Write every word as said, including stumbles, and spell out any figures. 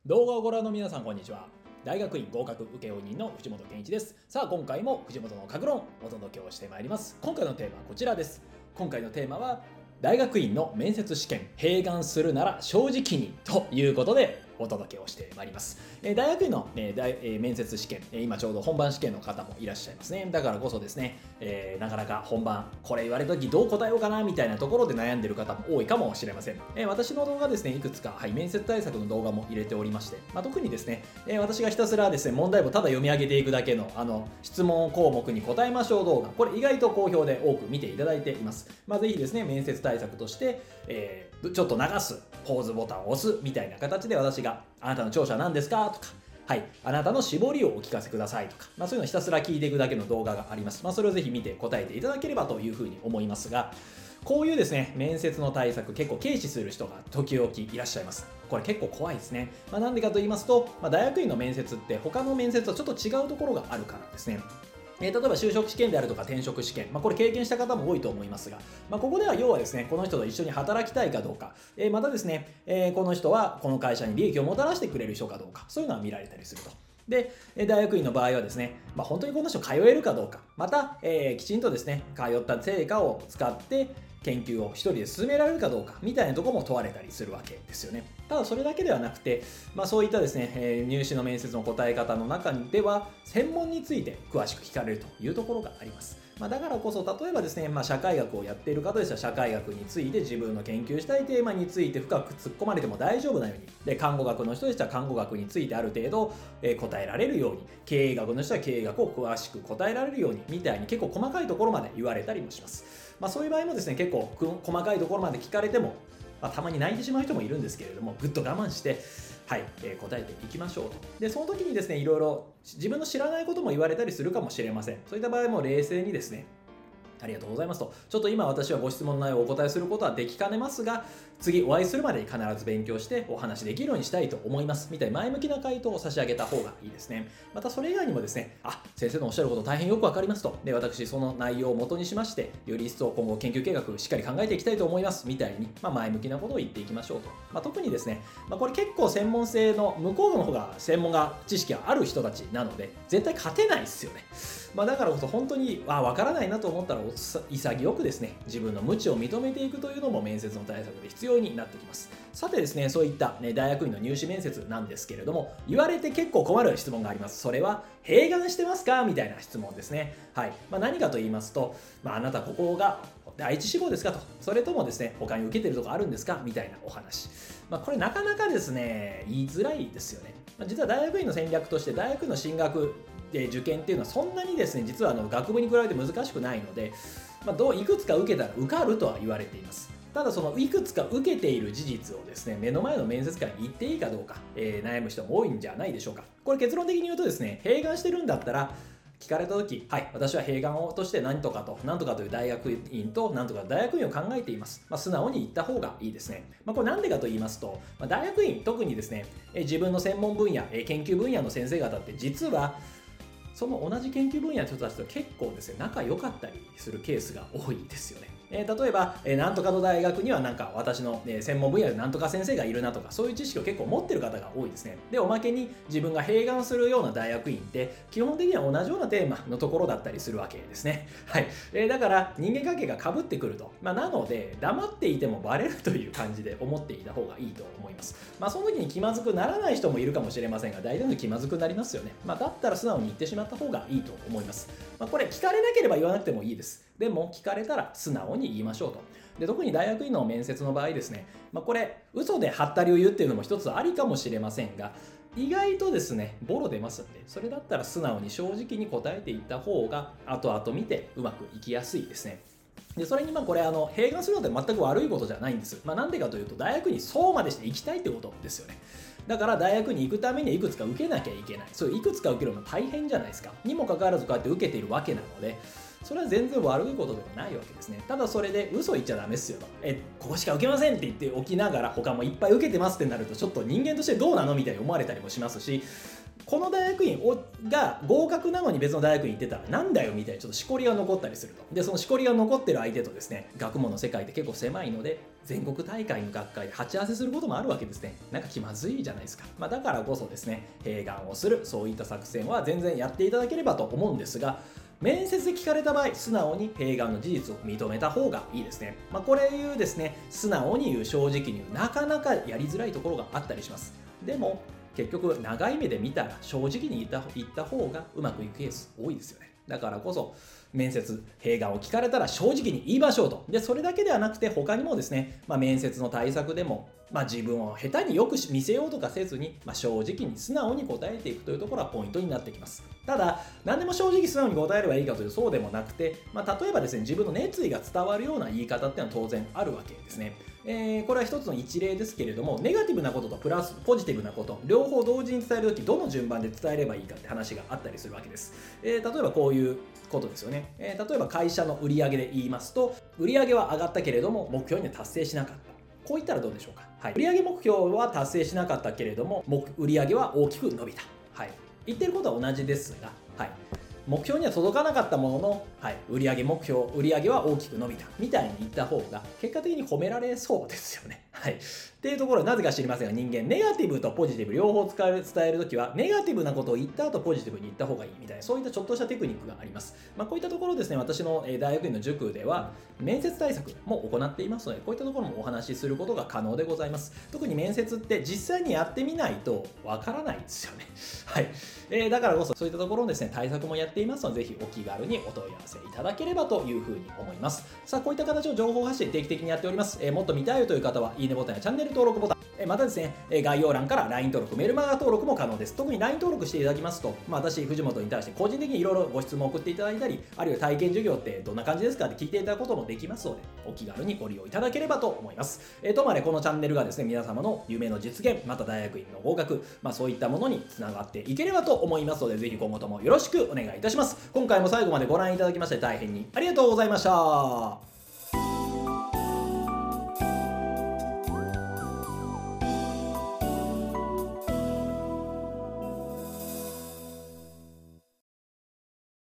動画をご覧の皆さんこんにちは。大学院合格請負人の藤本健一です。さあ今回も藤本の格論お届けをしてまいります。今回のテーマはこちらです。今回のテーマは大学院の面接試験併願するなら正直にということでお届けをしてまいります。えー、大学院の、えー大えー面接試験、えー今ちょうど本番試験の方もいらっしゃいますね。だからこそですね、えーなかなか本番これ言われた時どう答えようかなみたいなところで悩んでる方も多いかもしれません。えー私の動画ですね、いくつか、はい、面接対策の動画も入れておりまして、まあ、特にですね、えー私がひたすらですね問題文ただ読み上げていくだけのあの質問項目に答えましょう動画、これ意外と好評で多く見ていただいています。まあ、ぜひですね面接対策として、えーちょっと流すポーズボタンを押すみたいな形で私があなたの長所は何ですかとか、はい、あなたの絞りをお聞かせくださいとか、まあ、そういうのをひたすら聞いていくだけの動画があります。まあ、それをぜひ見て答えていただければというふうに思いますが、こういうですね面接の対策結構軽視する人が時々いらっしゃいます。これ結構怖いですね。まあ、なんでかと言いますと、まあ、大学院の面接って他の面接とちょっと違うところがあるからですね。えー、例えば就職試験であるとか転職試験、まあ、これ経験した方も多いと思いますが、まあ、ここでは要はですねこの人と一緒に働きたいかどうか、えーまたですね、えーこの人はこの会社に利益をもたらしてくれる人かどうか、そういうのは見られたりすると。で、えー大学院の場合はですね、まあ、本当にこの人通えるかどうか、また、えーきちんとですね通った成果を使って研究を一人で進められるかどうかみたいなところも問われたりするわけですよね。ただそれだけではなくて、まあ、そういったですね、えー入試の面接の答え方の中では専門について詳しく聞かれるというところがあります。まあ、だからこそ例えばですね、まあ、社会学をやっている方でしたら社会学について自分の研究したいテーマについて深く突っ込まれても大丈夫なように、で看護学の人でしたら看護学についてある程度、えー答えられるように、経営学の人は経営学を詳しく答えられるようにみたいに結構細かいところまで言われたりもします。まあ、そういう場合もですね結構細かいところまで聞かれても、まあ、たまに泣いてしまう人もいるんですけれども、ぐっと我慢してはい、えー答えていきましょうと。でその時にですねいろいろ自分の知らないことも言われたりするかもしれません。そういった場合も冷静にですね、ありがとうございますと、ちょっと今私はご質問の内容をお答えすることはできかねますが、次お会いするまでに必ず勉強してお話できるようにしたいと思いますみたいな前向きな回答を差し上げた方がいいですね。またそれ以外にもですね、あ、先生のおっしゃること大変よくわかりますと、で私その内容を元にしましてより一層今後研究計画しっかり考えていきたいと思いますみたいに、まあ、前向きなことを言っていきましょうと。まあ、特にですね、まあ、これ結構専門性の向こうの方が専門が知識がある人たちなので絶対勝てないですよね。まあ、だからこそ本当にあ分からないなと思ったら潔くですね自分の無知を認めていくというのも面接の対策で必要になってきます。さてですね、そういった、ね、大学院の入試面接なんですけれども、言われて結構困る質問があります。それは併願してますかみたいな質問ですね。はい。まあ、何かと言いますと、まあ、あなたここが第一志望ですかと、それともですね他に受けてるとこあるんですかみたいなお話。まあ、これなかなかですね言いづらいですよね。まあ、実は大学院の戦略として大学院の進学で受験っていうのはそんなにですね実はあの学部に比べて難しくないので、まあ、どういくつか受けたら受かるとは言われています。ただそのいくつか受けている事実をですね目の前の面接官に言っていいかどうか、えー悩む人も多いんじゃないでしょうか。これ結論的に言うとですね、併願してるんだったら聞かれた時、はい、私は併願をとして何とかと何とかという大学院と何とか大学院を考えています。まあ、素直に言った方がいいですね。まあ、これなんでかと言いますと、まあ、大学院特にですねえ自分の専門分野え研究分野の先生方って実はその同じ研究分野の人たちと結構ですね仲良かったりするケースが多いですよね。えー、例えば、えー、なんとかの大学にはなんか私の、えー専門分野でなんとか先生がいるなとか、そういう知識を結構持ってる方が多いですね。でおまけに自分が併願するような大学院って基本的には同じようなテーマのところだったりするわけですね。はい。えーだから人間関係が被ってくると、まあ、なので黙っていてもバレるという感じで思っていた方がいいと思います。まあその時に気まずくならない人もいるかもしれませんが、大体の気まずくなりますよね。まあだったら素直に言ってしまった方がいいと思います。まあ、これ聞かれなければ言わなくてもいいです。でも聞かれたら素直に言いましょうと。で特に大学院の面接の場合ですね、まあ、これ嘘でハったりを言うっていうのも一つありかもしれませんが、意外とですねボロ出ますんで、それだったら素直に正直に答えていった方が後々見てうまくいきやすいですね。でそれにまあこれあの併願するのって全く悪いことじゃないんです。まあ、なんでかというと大学にそうまでして行きたいってことですよね。だから大学に行くためにはいくつか受けなきゃいけない、そういういくつか受けるのも大変じゃないですか。にもかかわらずこうやって受けているわけなので、それは全然悪いことではないわけですね。ただそれで嘘言っちゃダメですよと。え、ここしか受けませんって言っておきながら他もいっぱい受けてますってなるとちょっと人間としてどうなのみたいに思われたりもしますし、この大学院が合格なのに別の大学院行ってたらなんだよみたいにちょっとしこりが残ったりすると。でそのしこりが残ってる相手とですね学問の世界って結構狭いので、 全国大会の学会で鉢合わせすることもあるわけですね。なんか気まずいじゃないですか。まあ、だからこそですね、併願をする、そういった作戦は全然やっていただければと思うんですが、面接で聞かれた場合、素直に併願の事実を認めた方がいいですね。まあ、これ言うですね、素直に言う、正直に言う、なかなかやりづらいところがあったりします。でも、結局、長い目で見たら、正直に言った言った方がうまくいくケース多いですよね。だからこそ、面接、併願を聞かれたら正直に言いましょうと。で、それだけではなくて、他にもですね、まあ、面接の対策でも、まあ、自分を下手によく見せようとかせずに、まあ、正直に素直に答えていくというところがポイントになってきます。ただ、何でも正直素直に答えればいいかというとそうでもなくて、まあ、例えばですね、自分の熱意が伝わるような言い方っていうのは当然あるわけですね。えー、これは一つの一例ですけれども、ネガティブなこととプラスポジティブなこと、両方同時に伝えるとき、どの順番で伝えればいいかって話があったりするわけです。えー、例えばこういうことですよね。えー、例えば会社の売上で言いますと、売上は上がったけれども、目標には達成しなかった。こう言ったらどうでしょうか。はい、売上目標は達成しなかったけれども、売上は大きく伸びた。はい、言ってることは同じですが、はい、目標には届かなかったものの、はい、売上目標、売上は大きく伸びたみたいに言った方が結果的に褒められそうですよね。はい、っていうところはなぜか知りませんが、人間ネガティブとポジティブ両方使える伝えるときはネガティブなことを言った後ポジティブに言った方がいいみたいな、そういったちょっとしたテクニックがあります。まあ、こういったところですね、私の大学院の塾では面接対策も行っていますので、こういったところもお話しすることが可能でございます。特に面接って実際にやってみないとわからないですよね。はい、えー、だからこそそういったところのですね、対策もやっていますので、ぜひお気軽にお問い合わせいただければというふうに思います。さあ、こういった形の情報発信定期的にやっております。えー、もっと見たいよという方は、いいねボタンやチャンネル登録ボタン、えー、またですね、概要欄から ライン 登録、メルマガ登録も可能です。特に ライン 登録していただきますと、まあ、私、藤本に対して個人的にいろいろご質問を送っていただいたり、あるいは体験授業ってどんな感じですかって聞いていただくこともできますので、お気軽にご利用いただければと思います。えー、ともあれ、このチャンネルがですね、皆様の夢の実現、また大学院の合格、まあ、そういったものにつながっていければと思いますので、ぜひ今後ともよろしくお願いいたします。今回も最後までご覧いただきまして大変にありがとうございました。